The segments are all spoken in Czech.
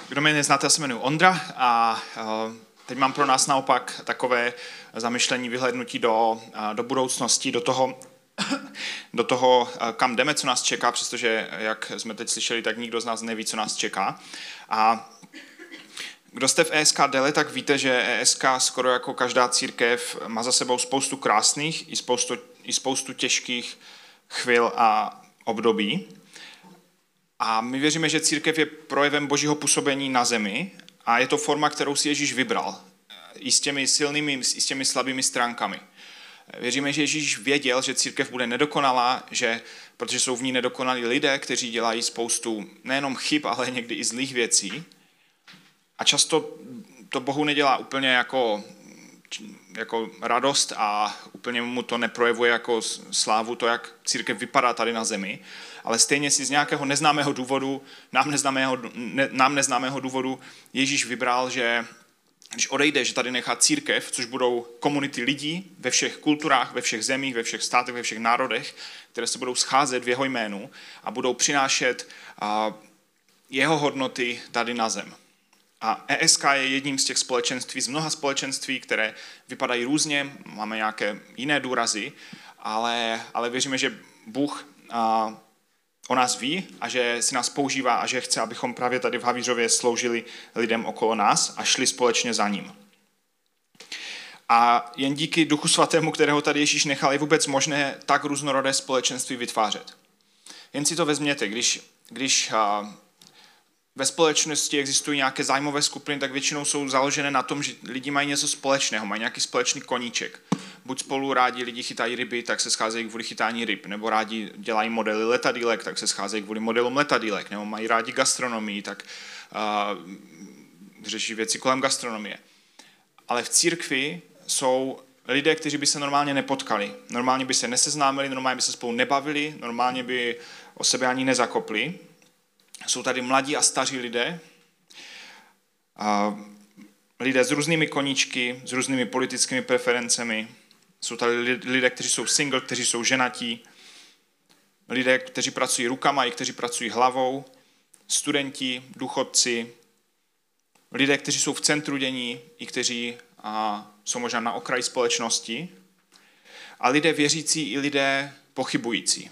Kdo mě neznáte, já se jmenuji Ondra a teď mám pro nás naopak takové zamyšlení, vyhlédnutí do budoucnosti, do toho, kam jdeme, co nás čeká, přestože, jak jsme teď slyšeli, tak nikdo z nás neví, co nás čeká. A kdo jste v ESK déle, tak víte, že ESK skoro jako každá církev má za sebou spoustu krásných i spoustu těžkých chvil a období. A my věříme, že církev je projevem Božího působení na zemi a je to forma, kterou si Ježíš vybral. I s těmi silnými, i s těmi slabými stránkami. Věříme, že Ježíš věděl, že církev bude nedokonalá, protože jsou v ní nedokonalí lidé, kteří dělají spoustu nejenom chyb, ale někdy i zlých věcí. A často to Bohu nedělá úplně jako radost a úplně mu to neprojevuje jako slávu, to, jak církev vypadá tady na zemi. Ale stejně si z nějakého neznámého důvodu, nám neznámého důvodu Ježíš vybral, že když odejde, že tady nechá církev, což budou komunity lidí ve všech kulturách, ve všech zemích, ve všech státech, ve všech národech, které se budou scházet v jeho jménu a budou přinášet jeho hodnoty tady na zem. A ESK je jedním z těch společenství, z mnoha společenství, které vypadají různě, máme nějaké jiné důrazy, ale věříme, že Bůh o nás ví a že si nás používá a že chce, abychom právě tady v Havířově sloužili lidem okolo nás a šli společně za ním. A jen díky Duchu Svatému, kterého tady Ježíš nechal, je vůbec možné tak různorodé společenství vytvářet. Jen si to vezměte, když ve společnosti existují nějaké zájmové skupiny, tak většinou jsou založené na tom, že lidi mají něco společného, mají nějaký společný koníček. Buď spolu rádi lidi chytají ryby, tak se scházejí kvůli chytání ryb, nebo rádi dělají modely letadýlek, tak se scházejí kvůli modelům letadýlek, nebo mají rádi gastronomii, tak řeší věci kolem gastronomie. Ale v církvi jsou lidé, kteří by se normálně nepotkali, normálně by se neseznámili, normálně by se spolu nebavili, normálně by o sebe ani nezakopli. Jsou tady mladí a staří lidé, lidé s různými koníčky, s různými politickými preferencemi. Jsou tady lidé, kteří jsou single, kteří jsou ženatí, lidé, kteří pracují rukama i kteří pracují hlavou, studenti, důchodci, lidé, kteří jsou v centru dění i kteří jsou možná na okraji společnosti, a lidé věřící i lidé pochybující.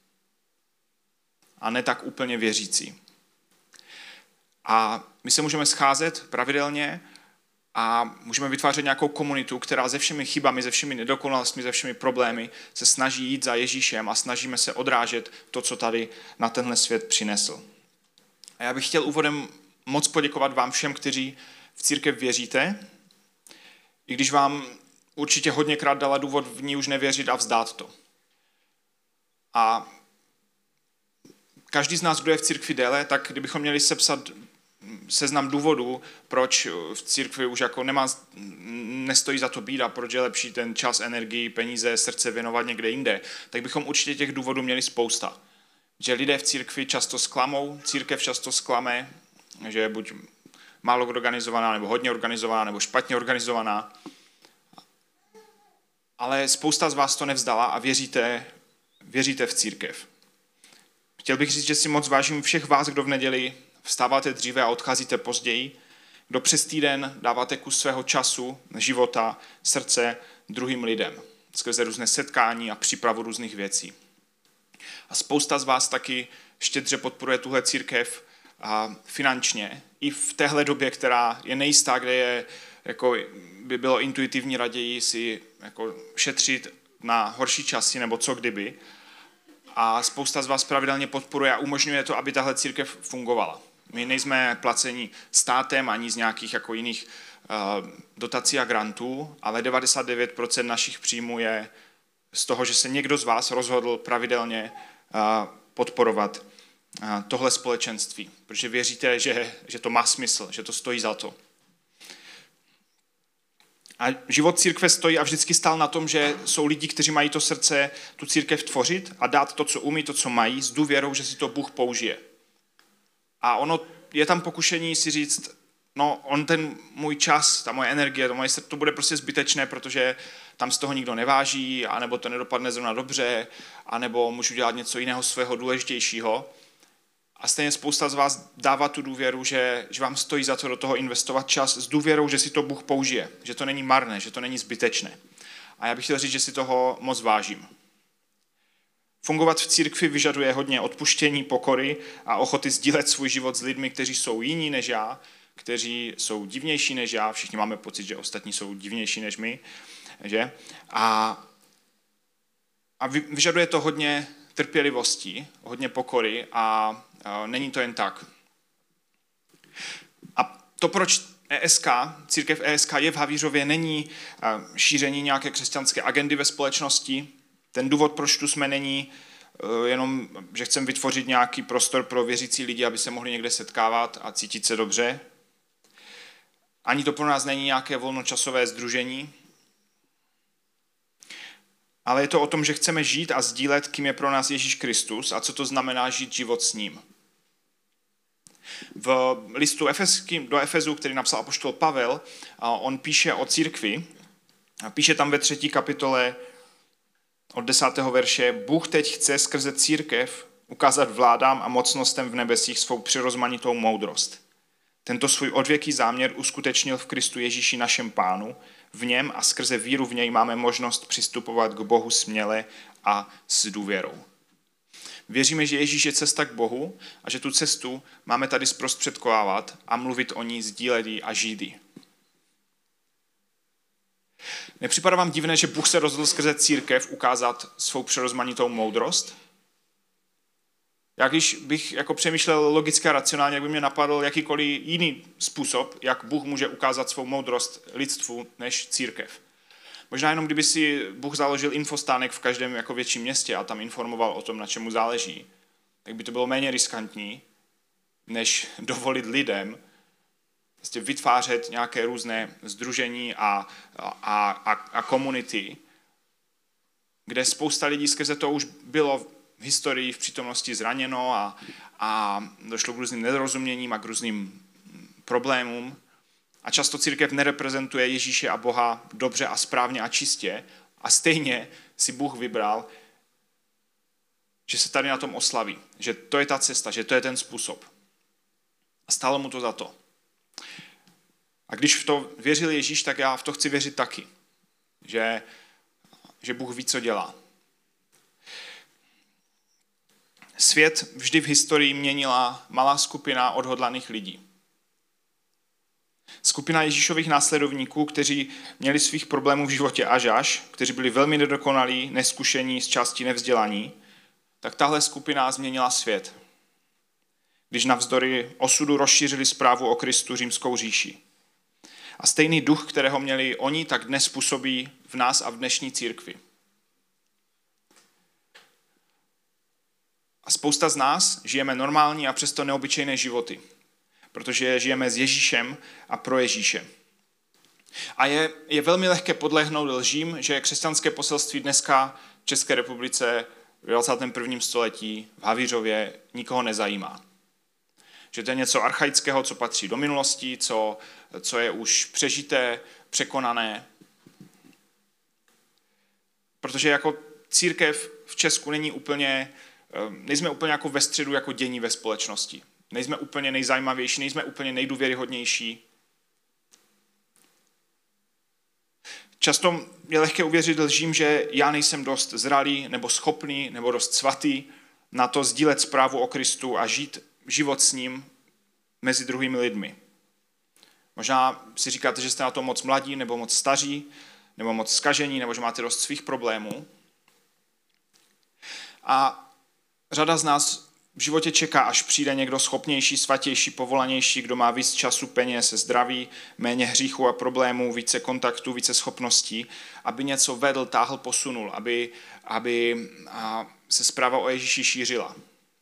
A ne tak úplně věřící. A my se můžeme scházet pravidelně a můžeme vytvářet nějakou komunitu, která se všemi chybami, se všemi nedokonalostmi, se všemi problémy se snaží jít za Ježíšem a snažíme se odrážet to, co tady na tenhle svět přinesl. A já bych chtěl úvodem moc poděkovat vám všem, kteří v církev věříte, i když vám určitě hodněkrát dala důvod v ní už nevěřit a vzdát to. A každý z nás, kdo je v církvi déle, tak kdybychom měli sepsat seznam důvodů, proč v církvi už jako nestojí za to být a proč je lepší ten čas, energii, peníze, srdce věnovat někde jinde, tak bychom určitě těch důvodů měli spousta. Že lidé v církvi často zklamou, církev často zklame, že je buď málo organizovaná, nebo hodně organizovaná, nebo špatně organizovaná. Ale spousta z vás to nevzdala a věříte v církev. Chtěl bych říct, že si moc vážím všech vás, kdo v neděli vstáváte dříve a odcházíte později, kdo přes týden dáváte kus svého času, života, srdce druhým lidem, skrze různé setkání a přípravu různých věcí. A spousta z vás taky štědře podporuje tuhle církev finančně, i v téhle době, která je nejistá, kde by bylo intuitivní raději si šetřit na horší časy nebo co kdyby. A spousta z vás pravidelně podporuje a umožňuje to, aby tahle církev fungovala. My nejsme placeni státem ani z nějakých jiných dotací a grantů, ale 99% našich příjmů je z toho, že se někdo z vás rozhodl pravidelně podporovat tohle společenství, protože věříte, že to má smysl, že to stojí za to. A život církve stojí a vždycky stál na tom, že jsou lidi, kteří mají to srdce tu církev tvořit a dát to, co umí, to, co mají, s důvěrou, že si to Bůh použije. A ono je tam pokušení si říct, on ten můj čas, ta moje energie, to bude prostě zbytečné, protože tam z toho nikdo neváží, anebo to nedopadne zrovna dobře, anebo můžu dělat něco jiného svého důležitějšího. A stejně spousta z vás dává tu důvěru, že vám stojí za to do toho investovat čas s důvěrou, že si to Bůh použije, že to není marné, že to není zbytečné. A já bych chtěl říct, že si toho moc vážím. Fungovat v církvi vyžaduje hodně odpuštění, pokory a ochoty sdílet svůj život s lidmi, kteří jsou jiní než já, kteří jsou divnější než já. Všichni máme pocit, že ostatní jsou divnější než my. Že? A vyžaduje to hodně trpělivosti, hodně pokory a není to jen tak. A to, proč církev ESK je v Havířově, není šíření nějaké křesťanské agendy ve společnosti. Ten důvod, proč tu jsme, není jenom, že chceme vytvořit nějaký prostor pro věřící lidi, aby se mohli někde setkávat a cítit se dobře. Ani to pro nás není nějaké volnočasové sdružení. Ale je to o tom, že chceme žít a sdílet, kým je pro nás Ježíš Kristus a co to znamená žít život s ním. V listu do Efezu, který napsal apoštol Pavel, on píše o církvi. Píše tam ve 3. kapitole od 10. verše: Bůh teď chce skrze církev ukázat vládám a mocnostem v nebesích svou přirozmanitou moudrost. Tento svůj odvěký záměr uskutečnil v Kristu Ježíši našem Pánu. V něm a skrze víru v něj máme možnost přistupovat k Bohu směle a s důvěrou. Věříme, že Ježíš je cesta k Bohu a že tu cestu máme tady zprostředkovávat a mluvit o ní, sdílet ji a žít ji. Nepřipadá vám divné, že Bůh se rozhodl skrze církev ukázat svou přerozmanitou moudrost? Já když bych přemýšlel logicky a racionálně, jak by mě napadl jakýkoliv jiný způsob, jak Bůh může ukázat svou moudrost lidstvu než církev. Možná jenom kdyby si Bůh založil infostánek v každém větším městě a tam informoval o tom, na čemu záleží, tak by to bylo méně riskantní, než dovolit lidem vytvářet nějaké různé sdružení a komunity, kde spousta lidí skrze to už bylo v historii v přítomnosti zraněno a došlo k různým nedorozuměním a k různým problémům. A často církev nereprezentuje Ježíše a Boha dobře a správně a čistě. A stejně si Bůh vybral, že se tady na tom oslaví. Že to je ta cesta, že to je ten způsob. A stálo mu to za to. A když v to věřil Ježíš, tak já v to chci věřit taky. Že Bůh ví, co dělá. Svět vždy v historii měnila malá skupina odhodlaných lidí. Skupina Ježíšových následovníků, kteří měli svých problémů v životě až, kteří byli velmi nedokonalí, neskušení, z části nevzdělaní, tak tahle skupina změnila svět. Když navzdory osudu rozšířili zprávu o Kristu římskou říši. A stejný duch, kterého měli oni, tak dnes působí v nás a v dnešní církvi. A spousta z nás žijeme normální a přesto neobyčejné životy, protože žijeme s Ježíšem a pro Ježíše. A je velmi lehké podlehnout lžím, že křesťanské poselství dneska v České republice v 21. století v Havířově nikoho nezajímá. Že to je něco archaického, co patří do minulosti, co je už přežité, překonané. Protože jako církev v Česku nejsme úplně jako ve středu jako dění ve společnosti. Nejsme úplně nejzajímavější, nejsme úplně nejdůvěryhodnější. Často je lehké uvěřit lžím, že já nejsem dost zralý, nebo schopný, nebo dost svatý na to sdílet zprávu o Kristu a žít život s ním mezi druhými lidmi. Možná si říkáte, že jste na to moc mladí, nebo moc staří, nebo moc zkažení, nebo že máte dost svých problémů. A řada z nás v životě čeká, až přijde někdo schopnější, svatější, povolanější, kdo má víc času, peněz, zdraví, méně hříchů a problémů, více kontaktů, více schopností, aby něco vedl, táhl, posunul, aby se zpráva o Ježíši šířila.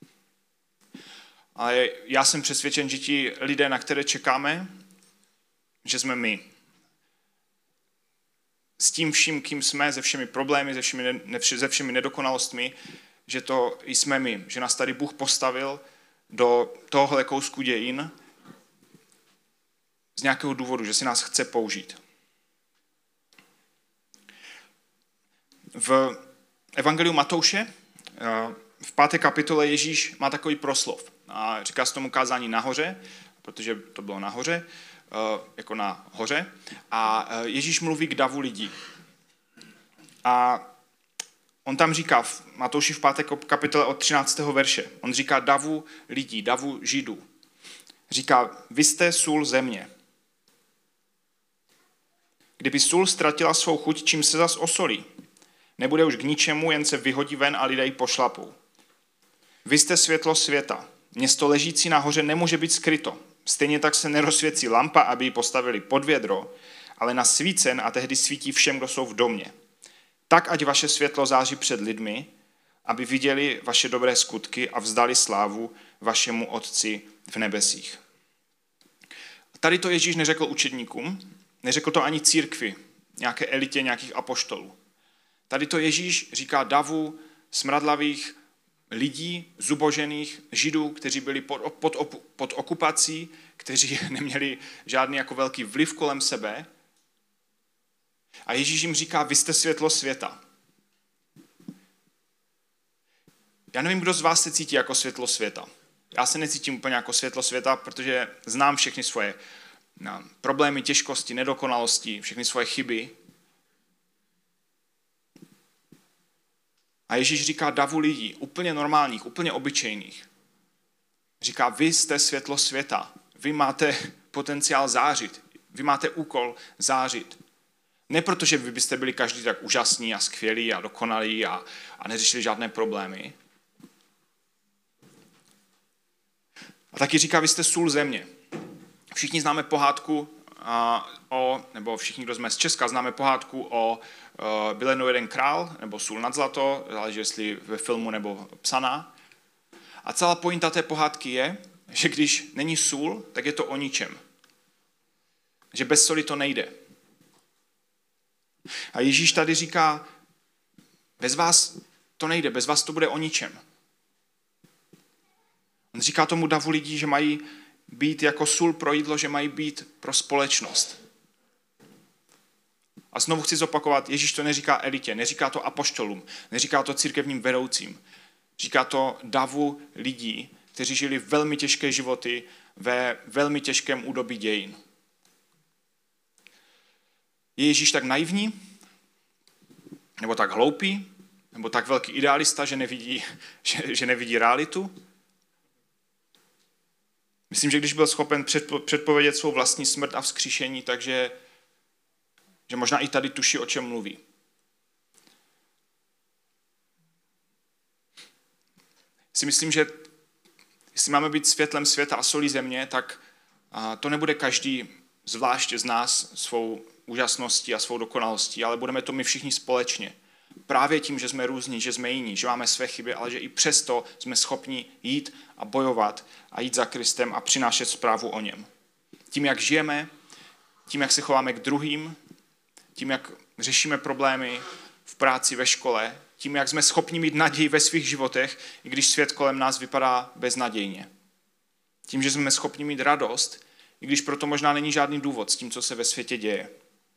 Ale já jsem přesvědčen, že ti lidé, na které čekáme, že jsme my. S tím vším, kým jsme, se všemi problémy, se všemi nedokonalostmi, že to jsme my, že nás tady Bůh postavil do tohohle kousku dějin z nějakého důvodu, že si nás chce použít. V Evangeliu Matouše v 5. kapitole Ježíš má takový proslov. a říká se tomu kázání nahoře, protože to bylo nahoře, jako na hoře. A Ježíš mluví k davu lidí. A on tam říká v Matouši v 5. kapitole od 13. verše, on říká davu lidí, davu Židů. Říká, vy jste sůl země. Kdyby sůl ztratila svou chuť, čím se zas osolí? Nebude už k ničemu, jen se vyhodí ven a lidé ji pošlapou. Vy jste světlo světa. Město ležící nahoře nemůže být skryto. Stejně tak se nerozsvěcí lampa, aby ji postavili pod vědro, ale na svícen a tehdy svítí všem, kdo jsou v domě. Tak ať vaše světlo září před lidmi, aby viděli vaše dobré skutky a vzdali slávu vašemu Otci v nebesích. Tady to Ježíš neřekl učedníkům, neřekl to ani církvi, nějaké elitě nějakých apoštolů. Tady to Ježíš říká davu smradlavých lidí, zubožených Židů, kteří byli pod okupací, kteří neměli žádný jako velký vliv kolem sebe. A Ježíš jim říká, vy jste světlo světa. Já nevím, kdo z vás se cítí jako světlo světa. Já se necítím úplně jako světlo světa, protože znám všechny svoje problémy, těžkosti, nedokonalosti, všechny svoje chyby. A Ježíš říká davu lidí, úplně normálních, úplně obyčejných. Říká, vy jste světlo světa. Vy máte potenciál zářit. Vy máte úkol zářit. Ne protože vy byste byli každý tak úžasní a skvělí a dokonalí a neřešili žádné problémy. A taky říká, vy jste sůl země. Všichni známe pohádku nebo všichni, kdo jsme z Česka, známe pohádku o Byl jednou jeden král, nebo Sůl nad zlato, záleží, jestli ve filmu nebo psaná. A celá pointa té pohádky je, že když není sůl, tak je to o ničem. Že bez soli to nejde. A Ježíš tady říká, bez vás to nejde, bez vás to bude o ničem. On říká tomu davu lidí, že mají být jako sůl pro jídlo, že mají být pro společnost. A znovu chci zopakovat, Ježíš to neříká elitě, neříká to apoštolům, neříká to církevním vedoucím. Říká to davu lidí, kteří žili velmi těžké životy ve velmi těžkém údobí dějin. Je Ježíš tak naivní? Nebo tak hloupý? Nebo tak velký idealista, že nevidí realitu? Myslím, že když byl schopen předpovědět svou vlastní smrt a vzkříšení, takže že možná i tady tuší, o čem mluví. Si myslím, že jestli máme být světlem světa a solí země, tak to nebude každý zvlášť z nás svou úžasností a svou dokonalostí, ale budeme to my všichni společně. Právě tím, že jsme různí, že jsme jiní, že máme své chyby, ale že i přesto jsme schopni jít a bojovat a jít za Kristem a přinášet zprávu o něm. Tím, jak žijeme, tím, jak se chováme k druhým, tím, jak řešíme problémy v práci, ve škole, tím, jak jsme schopni mít naději ve svých životech, i když svět kolem nás vypadá beznadějně. Tím, že jsme schopni mít radost, i když proto možná není žádný důvod s tím, co se ve světě děje.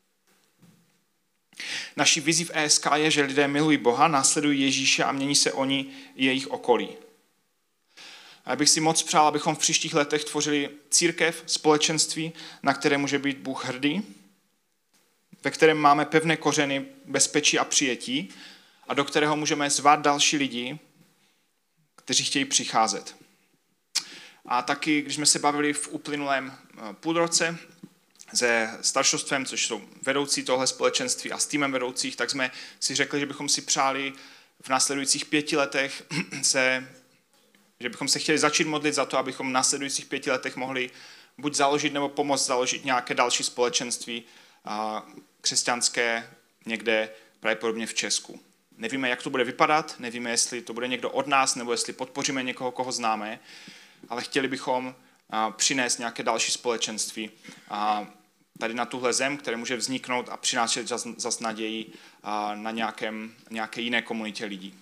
Naší vizí v ESK je, že lidé milují Boha, následují Ježíše a mění se oni i jejich okolí. A já bych si moc přál, abychom v příštích letech tvořili církev, společenství, na které může být Bůh hrdý, ve kterém máme pevné kořeny bezpečí a přijetí a do kterého můžeme zvát další lidi, kteří chtějí přicházet. A taky, když jsme se bavili v uplynulém půlroce se staršostvem, což jsou vedoucí tohle společenství a s týmem vedoucích, tak jsme si řekli, že bychom si přáli v následujících 5 letech že bychom se chtěli začít modlit za to, abychom v následujících 5 letech mohli buď založit nebo pomoct založit nějaké další společenství křesťanské někde pravděpodobně v Česku. Nevíme, jak to bude vypadat, nevíme, jestli to bude někdo od nás, nebo jestli podpoříme někoho, koho známe, ale chtěli bychom přinést nějaké další společenství tady na tuhle zem, které může vzniknout a přinášet zas naději na nějaké jiné komunitě lidí.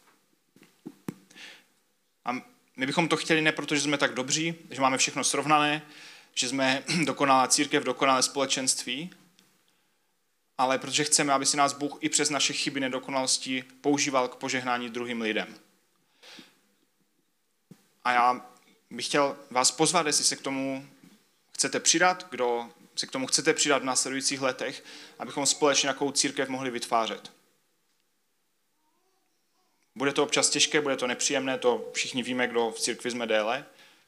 A my bychom to chtěli ne proto, že jsme tak dobří, že máme všechno srovnané, že jsme dokonalá církev, dokonalé společenství, ale protože chceme, aby si nás Bůh i přes naše chyby, nedokonalosti používal k požehnání druhým lidem. A já bych chtěl vás pozvat, jestli se k tomu chcete přidat, kdo se k tomu chcete přidat v následujících letech, abychom společně nějakou církev mohli vytvářet. Bude to občas těžké, bude to nepříjemné, to všichni víme, kdo v církvi jsme déle,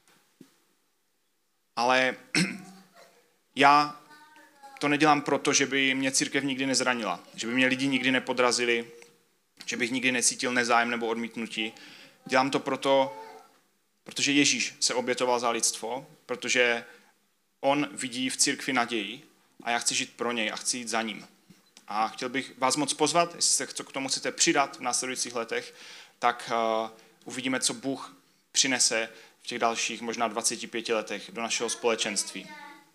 ale já to nedělám proto, že by mě církev nikdy nezranila, že by mě lidi nikdy nepodrazili, že bych nikdy necítil nezájem nebo odmítnutí. Dělám to proto, protože Ježíš se obětoval za lidstvo, protože on vidí v církvi naději a já chci žít pro něj a chci jít za ním. A chtěl bych vás moc pozvat, jestli se k tomu chcete přidat v následujících letech, tak uvidíme, co Bůh přinese v těch dalších možná 25 letech do našeho společenství.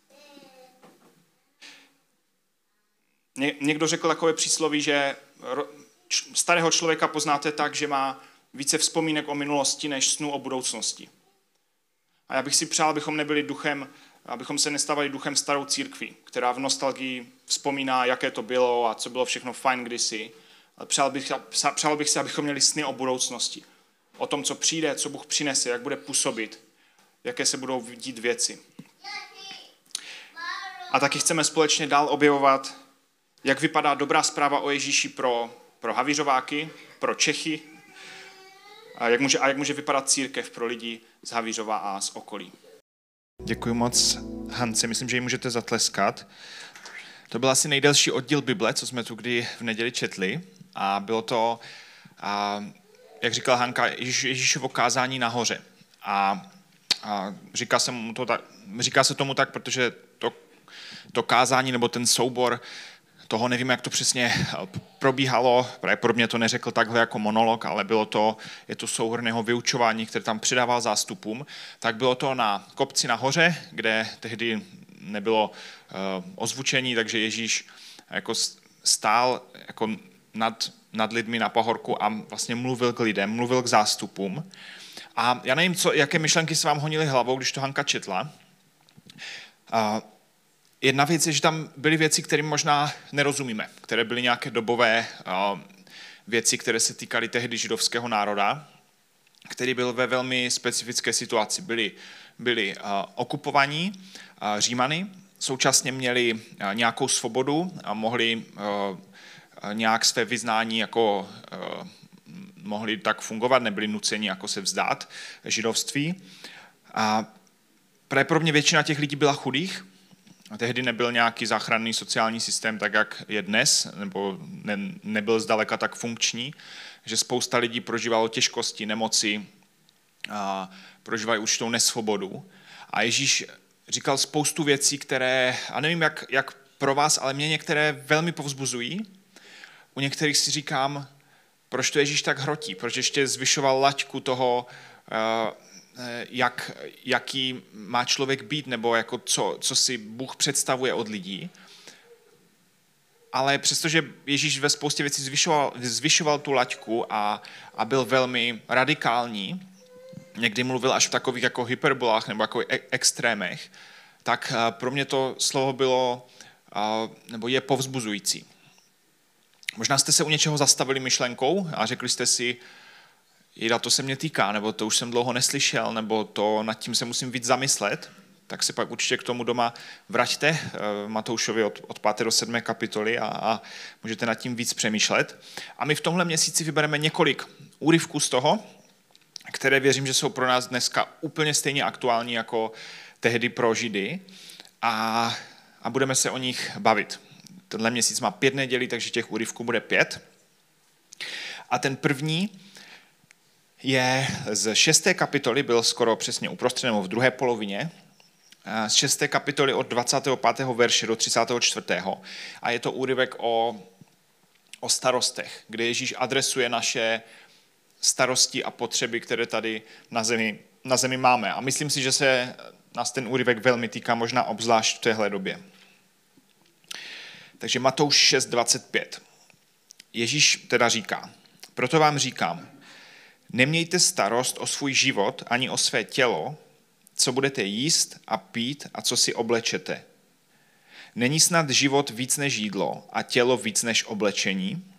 Někdo řekl takové přísloví, že starého člověka poznáte tak, že má více vzpomínek o minulosti než snů o budoucnosti. A já bych si přál, abychom se nestávali duchem starou církví, která v nostalgii vzpomíná, jaké to bylo a co bylo všechno fajn kdysi. Ale přál bych si, abychom měli sny o budoucnosti. O tom, co přijde, co Bůh přinese, jak bude působit, jaké se budou dít věci. A taky chceme společně dál objevovat, jak vypadá dobrá zpráva o Ježíši pro Havířováky, pro Čechy a jak může vypadat církev pro lidi z Havířova a z okolí. Děkuji moc, Hance, myslím, že ji můžete zatleskat. To byl asi nejdelší oddíl Bible, co jsme tu kdy v neděli četli a bylo to, jak říkala Hanka, Ježíšovo kázání nahoře. A říká se tomu tak, protože to kázání nebo ten soubor toho nevím, jak to přesně probíhalo, pravděpodobně to neřekl takhle jako monolog, ale je to souhrn jeho vyučování, které tam předával zástupům, tak bylo to na kopci nahoře, kde tehdy nebylo ozvučení, takže Ježíš jako stál jako nad lidmi na pahorku a vlastně mluvil k lidem, mluvil k zástupům. A já nevím, jaké myšlenky se vám honily hlavou, když to Hanka četla. Jedna věc je, že tam byly věci, kterým možná nerozumíme, které byly nějaké dobové věci, které se týkaly tehdy židovského národa, který byl ve velmi specifické situaci. Byli okupovaní Římany, současně měli nějakou svobodu a mohli nějak své vyznání jako mohli tak fungovat, nebyli nuceni jako se vzdát židovství. A pravděpodobně většina těch lidí byla chudých. A tehdy nebyl nějaký záchranný sociální systém, tak jak je dnes, nebo nebyl zdaleka tak funkční, že spousta lidí prožívalo těžkosti, nemoci, a prožívají určitou nesvobodu. A Ježíš říkal spoustu věcí, které, a nevím jak pro vás, ale mě některé velmi povzbuzují. U některých si říkám, proč to Ježíš tak hrotí, proč ještě zvyšoval laťku toho, jaký má člověk být, nebo jako co si Bůh představuje od lidí. Ale přestože Ježíš ve spoustě věcí zvyšoval tu laťku a byl velmi radikální, někdy mluvil až v takových jako hyperbolách nebo jako extrémech, tak pro mě to slovo bylo, nebo je povzbuzující. Možná jste se u něčeho zastavili myšlenkou a řekli jste si, to se mě týká, nebo to už jsem dlouho neslyšel, nebo to nad tím se musím víc zamyslet, tak se pak určitě k tomu doma vraťte Matoušovi od 5. do 7. kapitoly a můžete nad tím víc přemýšlet. A my v tomhle měsíci vybereme několik úryvků z toho, které věřím, že jsou pro nás dneska úplně stejně aktuální jako tehdy pro Židy a budeme se o nich bavit. Tenhle měsíc má 5 nedělí, takže těch úryvků bude 5. A ten první je z 6. kapitoly, byl skoro přesně uprostřed, nebo v druhé polovině, z 6. kapitoly od 25. verše do 34. A je to úryvek o starostech, kde Ježíš adresuje naše starosti a potřeby, které tady na zemi máme. A myslím si, že se nás ten úryvek velmi týká, možná obzvlášť v téhle době. Takže Matouš 6.25. Ježíš teda říká, proto vám říkám, nemějte starost o svůj život ani o své tělo, co budete jíst a pít a co si oblečete. Není snad život víc než jídlo a tělo víc než oblečení?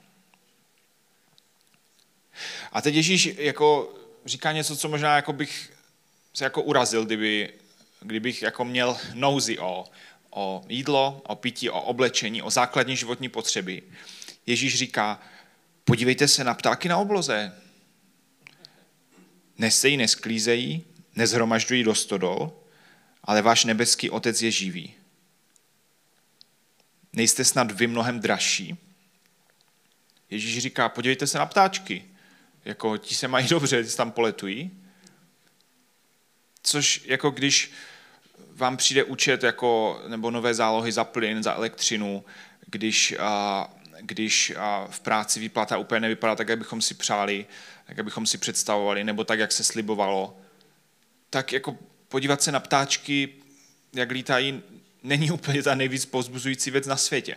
A teď Ježíš jako říká něco, co možná jako bych se jako urazil, kdybych jako měl nouzi o jídlo, o pití, o oblečení, o základní životní potřeby. Ježíš říká, podívejte se na ptáky na obloze. Nesejí, nesklízejí, nezhromažďují do stodol, ale váš nebeský otec je živý. Nejste snad vy mnohem dražší? Ježíš říká, podívejte se na ptáčky. Jako ti se mají dobře, ti se tam poletují. Což jako když vám přijde účet jako, nebo nové zálohy za plyn, za elektřinu, když v práci výplata úplně nevypadá tak, jak bychom si přáli, tak, jak bychom si představovali, nebo tak, jak se slibovalo, tak jako podívat se na ptáčky, jak lítají, není úplně ta nejvíc povzbuzující věc na světě.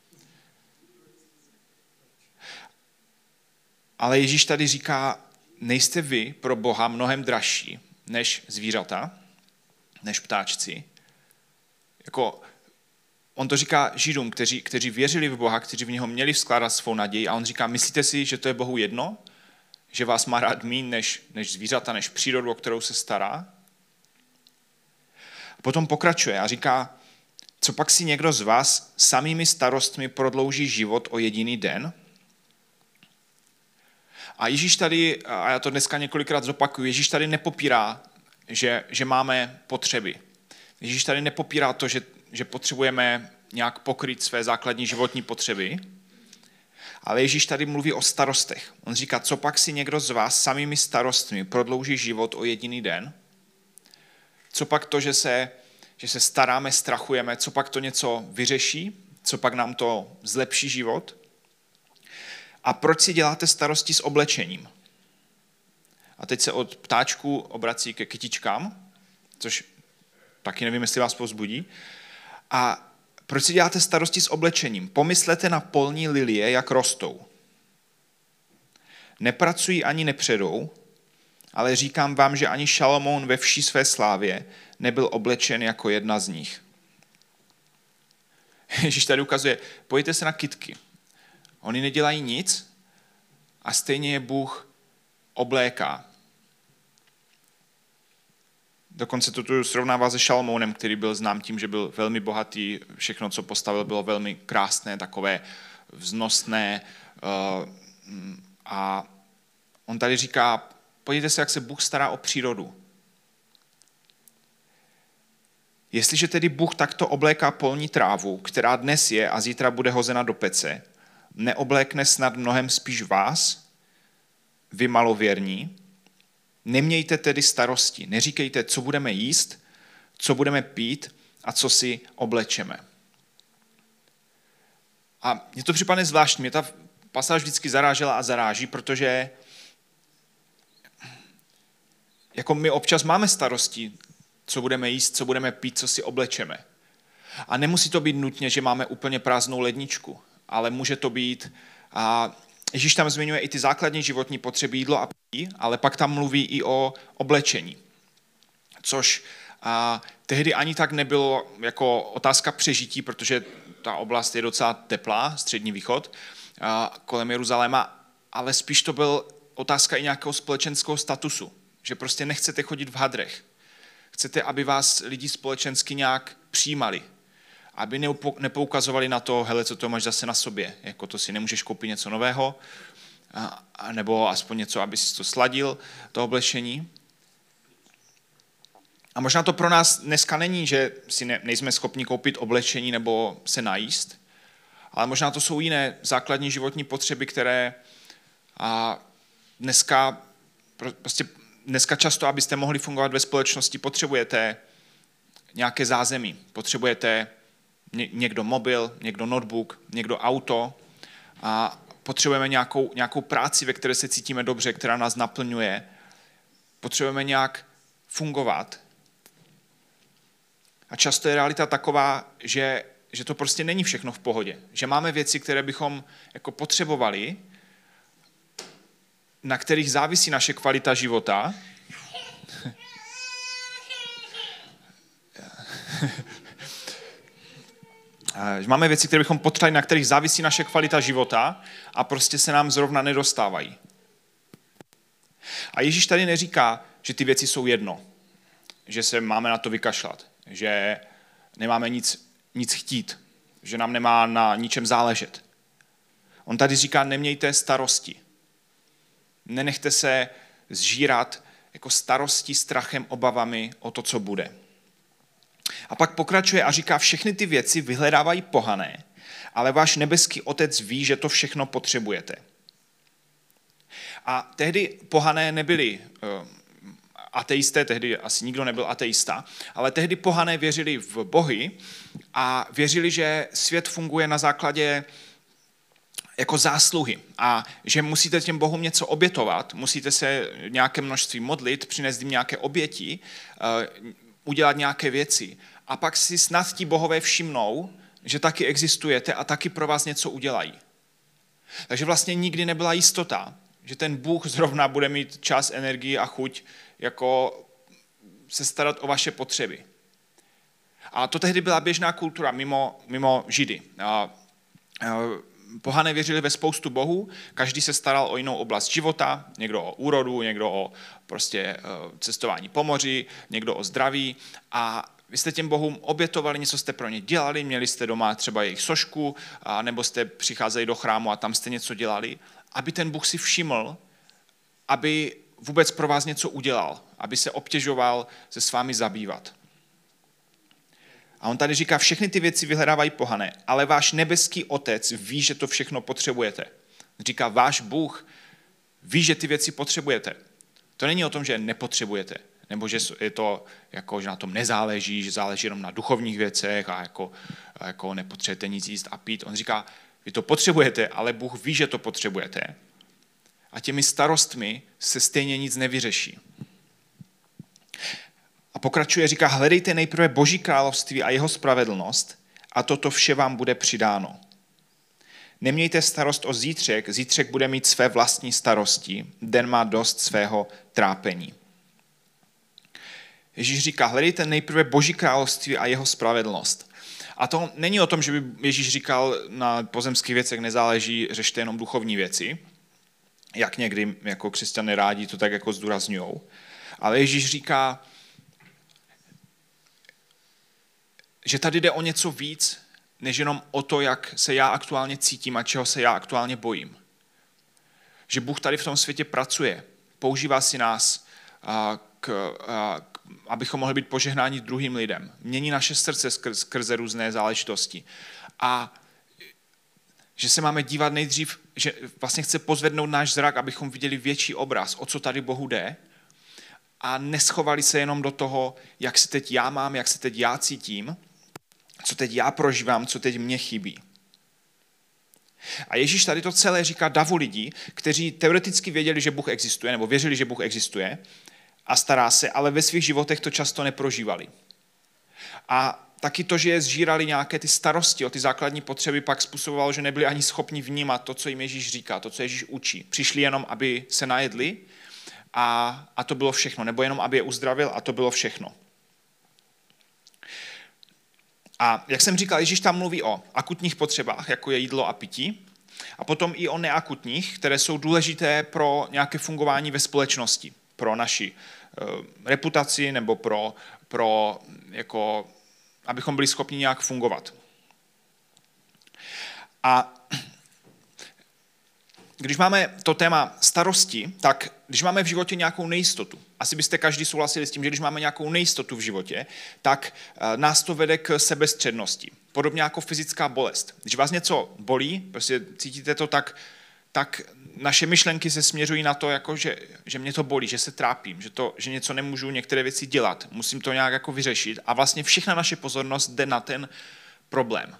Ale Ježíš tady říká, nejste vy pro Boha mnohem dražší než zvířata, než ptáčci. Jako, on to říká Židům, kteří věřili v Boha, kteří v něho měli vskládat svou naději a on říká, myslíte si, že to je Bohu jedno? Že vás má rád míň než zvířata, než přírodu, o kterou se stará? Potom pokračuje a říká, co pak si někdo z vás samými starostmi prodlouží život o jediný den? A Ježíš tady, a já to dneska několikrát zopakuju, Ježíš tady nepopírá, že máme potřeby. Ježíš tady nepopírá to, že potřebujeme nějak pokryt své základní životní potřeby, ale Ježíš tady mluví o starostech. On říká, co pak si někdo z vás samými starostmi prodlouží život o jediný den? Co pak to, že se staráme, strachujeme, co pak to něco vyřeší? Co pak nám to zlepší život? A proč si děláte starosti s oblečením? A teď se od ptáčku obrací ke kytičkám, což taky nevím, jestli vás povzbudí. A proč si děláte starosti s oblečením? Pomyslete na polní lilie, jak rostou. Nepracují ani nepředou, ale říkám vám, že ani Šalomoun ve vší své slávě nebyl oblečen jako jedna z nich. Ježíš tady ukazuje, pojďte se na kytky. Oni nedělají nic a stejně je Bůh obléká. Dokonce to tu srovnává se Šalmounem, který byl znám tím, že byl velmi bohatý, všechno, co postavil, bylo velmi krásné, takové vznosné. A on tady říká, podívejte se, jak se Bůh stará o přírodu. Jestliže tedy Bůh takto obléká polní trávu, která dnes je a zítra bude hozena do pece, neoblékne snad mnohem spíš vás, vy malověrní? Nemějte tedy starosti, neříkejte, co budeme jíst, co budeme pít a co si oblečeme. A mně to připadne zvláštní, mě ta pasáž vždycky zarážela a zaráží, protože jako my občas máme starosti, co budeme jíst, co budeme pít, co si oblečeme. A nemusí to být nutně, že máme úplně prázdnou ledničku, ale může to být, a Ježíš tam zmiňuje i ty základní životní potřeby, jídlo a pití, ale pak tam mluví i o oblečení, což tehdy ani tak nebylo jako otázka přežití, protože ta oblast je docela teplá, Střední východ, kolem Jeruzaléma, ale spíš to byl otázka i nějakého společenského statusu, že prostě nechcete chodit v hadrech. Chcete, aby vás lidi společensky nějak přijímali, aby nepoukazovali na to, hele, co to máš zase na sobě, jako to si nemůžeš koupit něco nového, nebo aspoň něco, aby si to sladil, to oblečení. A možná to pro nás dneska není, že si nejsme schopni koupit oblečení nebo se najíst, ale možná to jsou jiné základní životní potřeby, které dneska často, abyste mohli fungovat ve společnosti, potřebujete nějaké zázemí, potřebujete někdo mobil, někdo notebook, někdo auto a potřebujeme nějakou práci, ve které se cítíme dobře, která nás naplňuje. Potřebujeme nějak fungovat. A často je realita taková, že to prostě není všechno v pohodě. Že máme věci, které bychom jako potřebovali, na kterých závisí naše kvalita života. Máme věci, které bychom potřebovali, na kterých závisí naše kvalita života a prostě se nám zrovna nedostávají. A Ježíš tady neříká, že ty věci jsou jedno. že se máme na to vykašlat, že nemáme nic chtít, že nám nemá na ničem záležet. On tady říká, nemějte starosti. Nenechte se zžírat jako starostí, strachem, obavami o to, co bude. A pak pokračuje a říká, všechny ty věci vyhledávají pohané, ale váš nebeský Otec ví, že to všechno potřebujete. A tehdy pohané nebyli ateisté, tehdy asi nikdo nebyl ateista, ale tehdy pohané věřili v bohy a věřili, že svět funguje na základě jako zásluhy a že musíte těm bohům něco obětovat, musíte se nějaké množství modlit, přinést jim nějaké oběti, udělat nějaké věci. A pak si snad ti bohové všimnou, že taky existujete a taky pro vás něco udělají. Takže vlastně nikdy nebyla jistota, že ten Bůh zrovna bude mít čas, energii a chuť jako se starat o vaše potřeby. A to tehdy byla běžná kultura mimo Židy. Pohané věřili ve spoustu bohů, každý se staral o jinou oblast života, někdo o úrodu, někdo o prostě cestování po moři, někdo o zdraví a vy jste těm bohům obětovali, něco jste pro ně dělali, měli jste doma třeba jejich sošku, nebo jste přicházeli do chrámu a tam jste něco dělali, aby ten Bůh si všiml, aby vůbec pro vás něco udělal, aby se obtěžoval se s vámi zabývat. A on tady říká, všechny ty věci vyhledávají pohané, ale váš nebeský Otec ví, že to všechno potřebujete. Říká, váš Bůh ví, že ty věci potřebujete. To není o tom, že nepotřebujete, nebo že je to jako, že na tom nezáleží, že záleží jenom na duchovních věcech a jako nepotřebujete nic jíst a pít. On říká, vy to potřebujete, ale Bůh ví, že to potřebujete. A těmi starostmi se stejně nic nevyřeší. A pokračuje, říká, hledejte nejprve Boží království a jeho spravedlnost a toto vše vám bude přidáno. Nemějte starost o zítřek, zítřek bude mít své vlastní starosti, den má dost svého trápení. Ježíš říká, hledejte nejprve Boží království a jeho spravedlnost. A to není o tom, že by Ježíš říkal, na pozemských věcech nezáleží, řešte jenom duchovní věci, jak někdy jako křesťané rádi to tak jako zdůrazňujou. Ale Ježíš říká, že tady jde o něco víc, než jenom o to, jak se já aktuálně cítím a čeho se já aktuálně bojím. Že Bůh tady v tom světě pracuje, používá si nás, abychom mohli být požehnáni druhým lidem. Mění naše srdce skrze různé záležitosti. A že se máme dívat nejdřív, že vlastně chce pozvednout náš zrak, abychom viděli větší obraz, o co tady Bohu jde, a neschovali se jenom do toho, jak se teď já mám, jak se teď já cítím, co teď já prožívám, co teď mně chybí. A Ježíš tady to celé říká davu lidí, kteří teoreticky věděli, že Bůh existuje, nebo věřili, že Bůh existuje a stará se, ale ve svých životech to často neprožívali. A taky to, že je zžírali nějaké ty starosti o ty základní potřeby, pak způsobovalo, že nebyli ani schopni vnímat to, co jim Ježíš říká, to, co Ježíš učí. Přišli jenom, aby se najedli a to bylo všechno. Nebo jenom, aby je uzdravil a to bylo všechno. A jak jsem říkal, Ježíš tam mluví o akutních potřebách, jako je jídlo a pití, a potom i o neakutních, které jsou důležité pro nějaké fungování ve společnosti, pro naši reputaci nebo pro jako, abychom byli schopni nějak fungovat. A když máme to téma starosti, tak když máme v životě nějakou nejistotu, asi byste každý souhlasili s tím, že když máme nějakou nejistotu v životě, tak nás to vede k sebestřednosti. Podobně jako fyzická bolest. Když vás něco bolí, prostě cítíte to tak naše myšlenky se směřují na to, jako že mě to bolí, že se trápím, že něco nemůžu některé věci dělat, musím to nějak jako vyřešit a vlastně všechna naše pozornost jde na ten problém.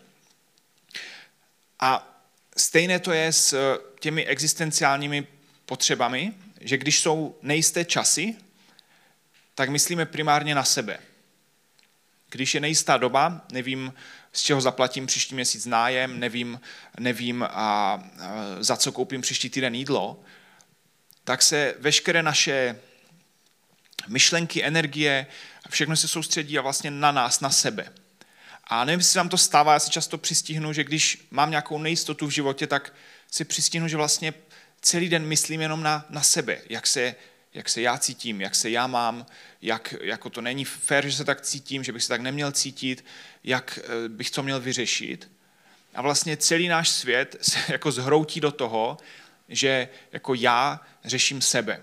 A stejné to je s těmi existenciálními potřebami, že když jsou nejisté časy, tak myslíme primárně na sebe. Když je nejistá doba, nevím, z čeho zaplatím příští měsíc nájem, nevím za co koupím příští týden jídlo, tak se veškeré naše myšlenky, energie, všechno se soustředí a vlastně na nás, na sebe. A nevím, jestli vám to stává, já si často přistihnu, že když mám nějakou nejistotu v životě, tak si přistihnu, že vlastně celý den myslím jenom na sebe, jak se já cítím, jak se já mám, jak jako to není fér, že se tak cítím, že bych se tak neměl cítit, jak bych to měl vyřešit. A vlastně celý náš svět se jako zhroutí do toho, že jako já řeším sebe.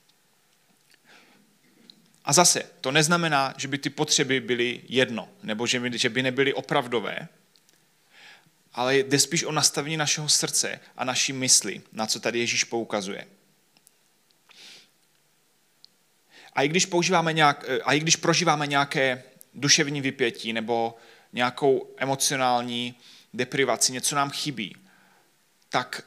A zase, to neznamená, že by ty potřeby byly jedno, nebo že by nebyly opravdové, ale jde spíš o nastavení našeho srdce a naší mysli, na co tady Ježíš poukazuje. A i když prožíváme nějaké duševní vypětí nebo nějakou emocionální deprivaci, něco nám chybí, tak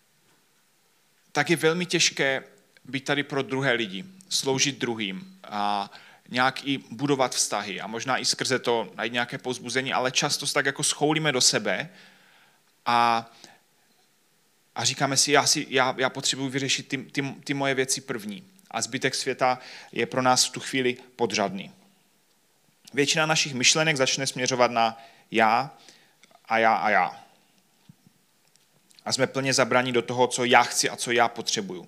je velmi těžké být tady pro druhé lidi, sloužit druhým a nějak i budovat vztahy a možná i skrze to najít nějaké povzbuzení, ale často se tak jako schoulíme do sebe a říkáme si, já potřebuji vyřešit ty moje věci první. A zbytek světa je pro nás v tu chvíli podřadný. Většina našich myšlenek začne směřovat na já. A jsme plně zabraní do toho, co já chci a co já potřebuju.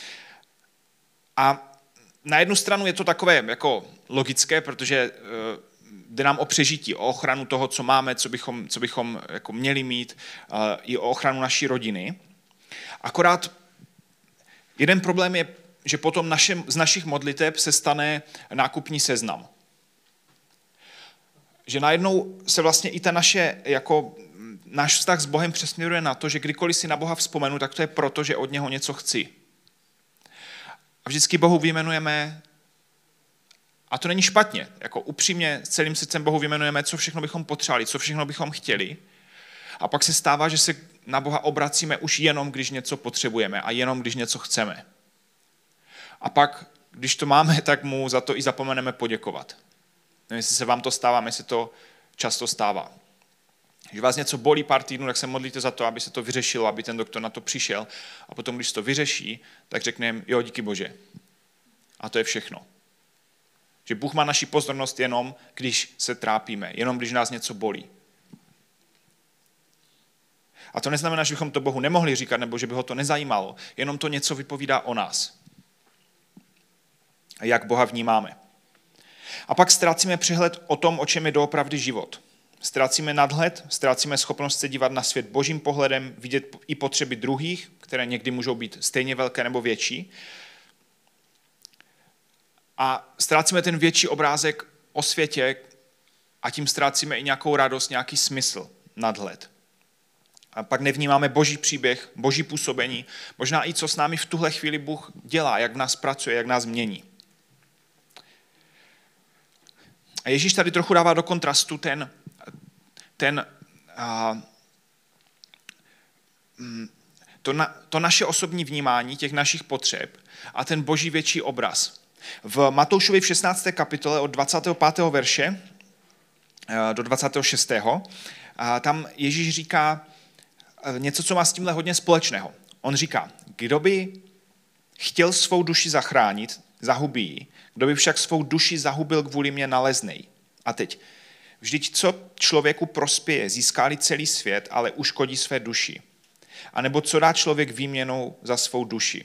A na jednu stranu je to takové jako logické, protože jde nám o přežití, o ochranu toho, co máme, co bychom jako měli mít, i o ochranu naší rodiny. Akorát jeden problém je, že potom z našich modliteb se stane nákupní seznam. Že najednou se vlastně i náš vztah s Bohem přesměruje na to, že kdykoliv si na Boha vzpomenu, tak to je proto, že od něho něco chci. A vždycky Bohu vyjmenujeme, a to není špatně, jako upřímně s celým srdcem Bohu vyjmenujeme, co všechno bychom potřebovali, co všechno bychom chtěli. A pak se stává, že se na Boha obracíme už jenom, když něco potřebujeme a jenom, když něco chceme. A pak, když to máme, tak mu za to i zapomeneme poděkovat. Nevím, jestli se vám to stává, mně se to často stává. Když vás něco bolí pár týdnů, tak se modlíte za to, aby se to vyřešilo, aby ten doktor na to přišel. A potom, když to vyřeší, tak řekneme, jo, díky Bože. A to je všechno. Že Bůh má naši pozornost jenom, když se trápíme, jenom když nás něco bolí. A to neznamená, že bychom to Bohu nemohli říkat, nebo že by ho to nezajímalo. Jenom to něco vypovídá o nás. A jak Boha vnímáme. A pak ztrácíme přehled o tom, o čem je doopravdy život. Ztrácíme nadhled, ztrácíme schopnost se dívat na svět božím pohledem, vidět i potřeby druhých, které někdy můžou být stejně velké nebo větší. A ztrácíme ten větší obrázek o světě a tím ztrácíme i nějakou radost, nějaký smysl, nadhled. A pak nevnímáme boží příběh, boží působení, možná i co s námi v tuhle chvíli Bůh dělá, jak v nás pracuje, jak nás mění. A Ježíš tady trochu dává do kontrastu to naše osobní vnímání těch našich potřeb a ten boží větší obraz. V Matoušovi v 16. kapitole od 25. verše do 26. Tam Ježíš říká něco, co má s tímhle hodně společného. On říká, kdo by chtěl svou duši zachránit, zahubí ji, kdo by však svou duši zahubil kvůli mě, naleznej. A teď, vždyť co člověku prospěje, získá-li celý svět, ale uškodí své duši. A nebo co dá člověk výměnou za svou duši.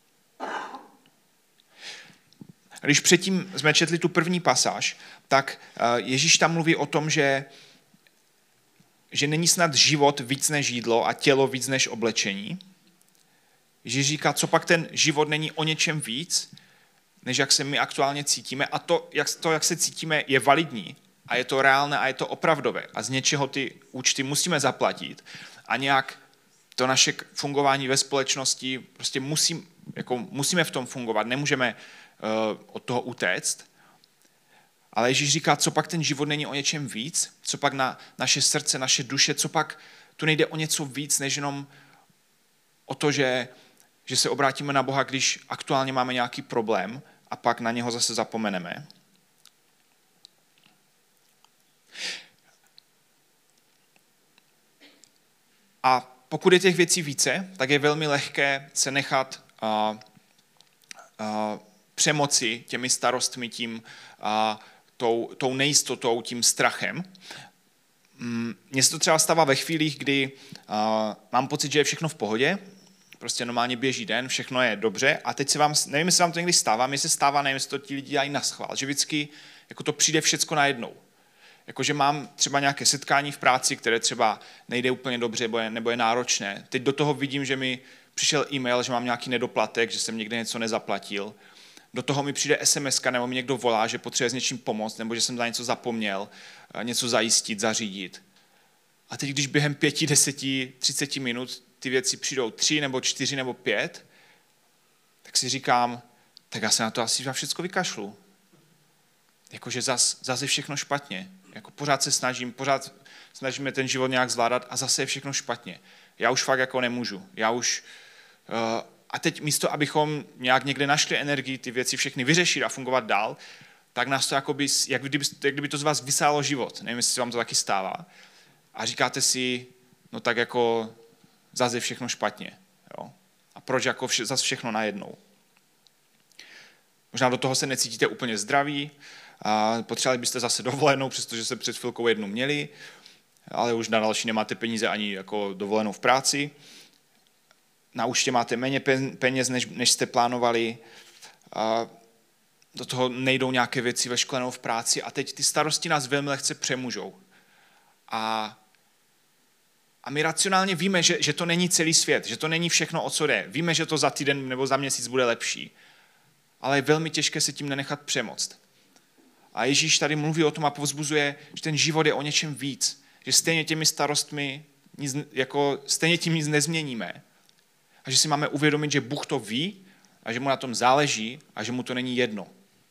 Když předtím jsme četli tu první pasáž, tak Ježíš tam mluví o tom, že není snad život víc než jídlo a tělo víc než oblečení. Ježíš říká, co pak ten život není o něčem víc, než jak se my aktuálně cítíme. A to, jak se cítíme, je validní a je to reálné a je to opravdové. A z něčeho ty účty musíme zaplatit. A nějak to naše fungování ve společnosti, prostě musíme v tom fungovat, nemůžeme od toho utéct. Ale Ježíš říká, co pak ten život není o něčem víc, co pak na naše srdce, naše duše, co pak tu nejde o něco víc, než jenom o to, že se obrátíme na Boha, když aktuálně máme nějaký problém a pak na něho zase zapomeneme. A pokud je těch věcí více, tak je velmi lehké se nechat přemoci těmi starostmi, tou nejistotou, tím strachem. Mně se to třeba stává ve chvílích, kdy mám pocit, že je všechno v pohodě, prostě normálně běží den, všechno je dobře a teď se vám, nevím, jestli vám to někdy stává, mně se stává, nevím, jestli to ti lidi dělají naschvál, že vždycky jako to přijde všecko najednou. Jakože mám třeba nějaké setkání v práci, které třeba nejde úplně dobře nebo je náročné. Teď do toho vidím, že mi přišel e-mail, že mám nějaký nedoplatek, že jsem někde něco nezaplatil. Do toho mi přijde SMS-ka nebo mi někdo volá, že potřebuje s něčím pomoct nebo že jsem za něco zapomněl, něco zajistit, zařídit. A teď, když během 5, 10, 30 minut ty věci přijdou 3 nebo 4 nebo 5, tak si říkám, tak já se na to asi za všecko vykašlu. Jakože zase je všechno špatně. Jako pořád snažíme ten život nějak zvládat a zase je všechno špatně. Já už fakt jako nemůžu. A teď místo, abychom nějak někde našli energii ty věci všechny vyřešit a fungovat dál, tak nás to jakoby, jak kdyby to z vás vysálo život. Nevím, jestli vám to taky stává. A říkáte si, no tak jako zase je všechno špatně. Jo? A proč jako zase všechno najednou? Možná do toho se necítíte úplně zdraví, a potřebovali byste zase dovolenou, přestože se před chvilkou jednu měli, ale už na další nemáte peníze ani jako dovolenou v práci. Na účtě máte méně peněz, než jste plánovali. A do toho nejdou nějaké věci ve škole nebo v práci a teď ty starosti nás velmi lehce přemůžou. A my racionálně víme, že to není celý svět, že to není všechno, o co jde. Víme, že to za týden nebo za měsíc bude lepší. Ale je velmi těžké se tím nenechat přemoct. A Ježíš tady mluví o tom a povzbuzuje, že ten život je o něčem víc. Že stejně těmi starostmi, stejně tím nic nezměníme. A že si máme uvědomit, že Bůh to ví a že mu na tom záleží a že mu to není jedno.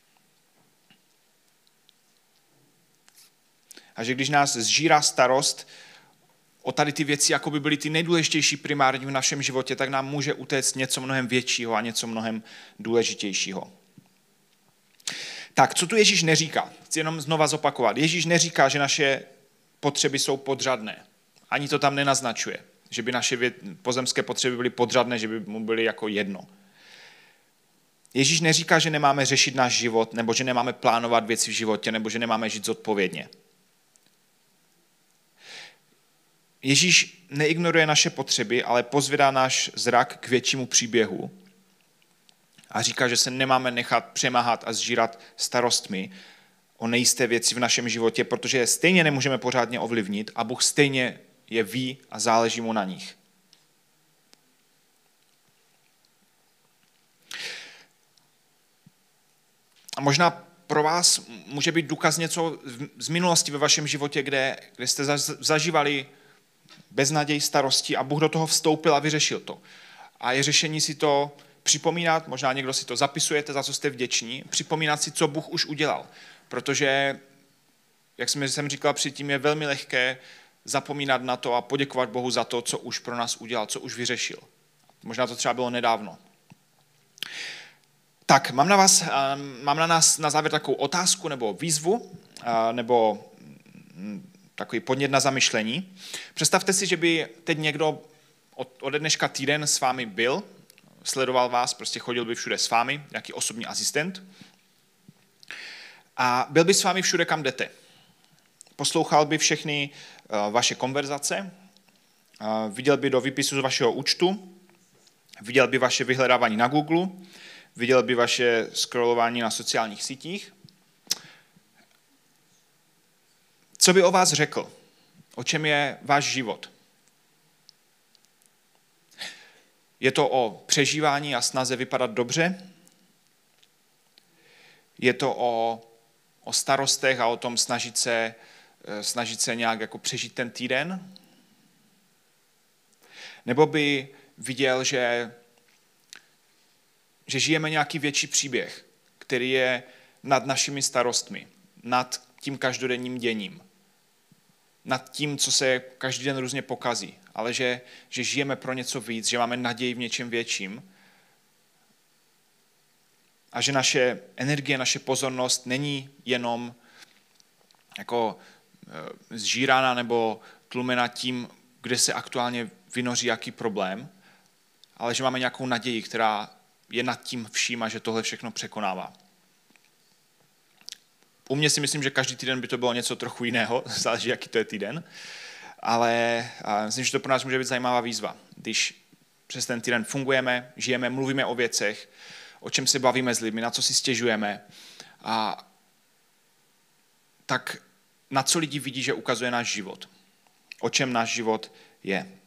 A že když nás zžírá starost o tady ty věci, jako by byly ty nejdůležitější primární v našem životě, tak nám může utéct něco mnohem většího a něco mnohem důležitějšího. Tak, co tu Ježíš neříká? Chci jenom znova zopakovat. Ježíš neříká, že naše potřeby jsou podřadné. Ani to tam nenaznačuje, že by naše pozemské potřeby byly podřadné, že by mu byly jako jedno. Ježíš neříká, že nemáme řešit náš život, nebo že nemáme plánovat věci v životě, nebo že nemáme žít zodpovědně. Ježíš neignoruje naše potřeby, ale pozvedá náš zrak k většímu příběhu a říká, že se nemáme nechat přemáhat a zžírat starostmi o nejisté věci v našem životě, protože je stejně nemůžeme pořádně ovlivnit a Bůh stejně je ví a záleží mu na nich. A možná pro vás může být důkaz něco z minulosti ve vašem životě, kde jste zažívali beznaděj, starosti a Bůh do toho vstoupil a vyřešil to. A je řešení si to připomínat, možná někdo si to zapisujete, za co jste vděční, připomínat si, co Bůh už udělal. Protože, jak jsem říkal předtím, je velmi lehké zapomínat na to a poděkovat Bohu za to, co už pro nás udělal, co už vyřešil. Možná to třeba bylo nedávno. Tak, mám na nás na závěr takovou otázku nebo výzvu, nebo takový podnět na zamyšlení. Představte si, že by teď někdo ode dneška týden s vámi byl, sledoval vás, prostě chodil by všude s vámi, nějaký osobní asistent, a byl by s vámi všude, kam jdete. Poslouchal by všechny vaše konverzace, viděl by do výpisu z vašeho účtu, viděl by vaše vyhledávání na Google, viděl by vaše scrollování na sociálních sítích. Co by o vás řekl? O čem je váš život? Je to o přežívání a snaze vypadat dobře? Je to o starostech a o tom snažit se nějak jako přežít ten týden? Nebo by viděl, že žijeme nějaký větší příběh, který je nad našimi starostmi, nad tím každodenním děním, nad tím, co se každý den různě pokazí, ale že žijeme pro něco víc, že máme naději v něčem větším a že naše energie, naše pozornost není jenom jako zžírána nebo tlumena tím, kde se aktuálně vynoří jaký problém, ale že máme nějakou naději, která je nad tím vším a že tohle všechno překonává. U mě si myslím, že každý týden by to bylo něco trochu jiného, záleží, jaký to je týden, ale myslím, že to pro nás může být zajímavá výzva. Když přes ten týden fungujeme, žijeme, mluvíme o věcech, o čem se bavíme s lidmi, na co si stěžujeme, a tak na co lidi vidí, že ukazuje náš život. O čem náš život je.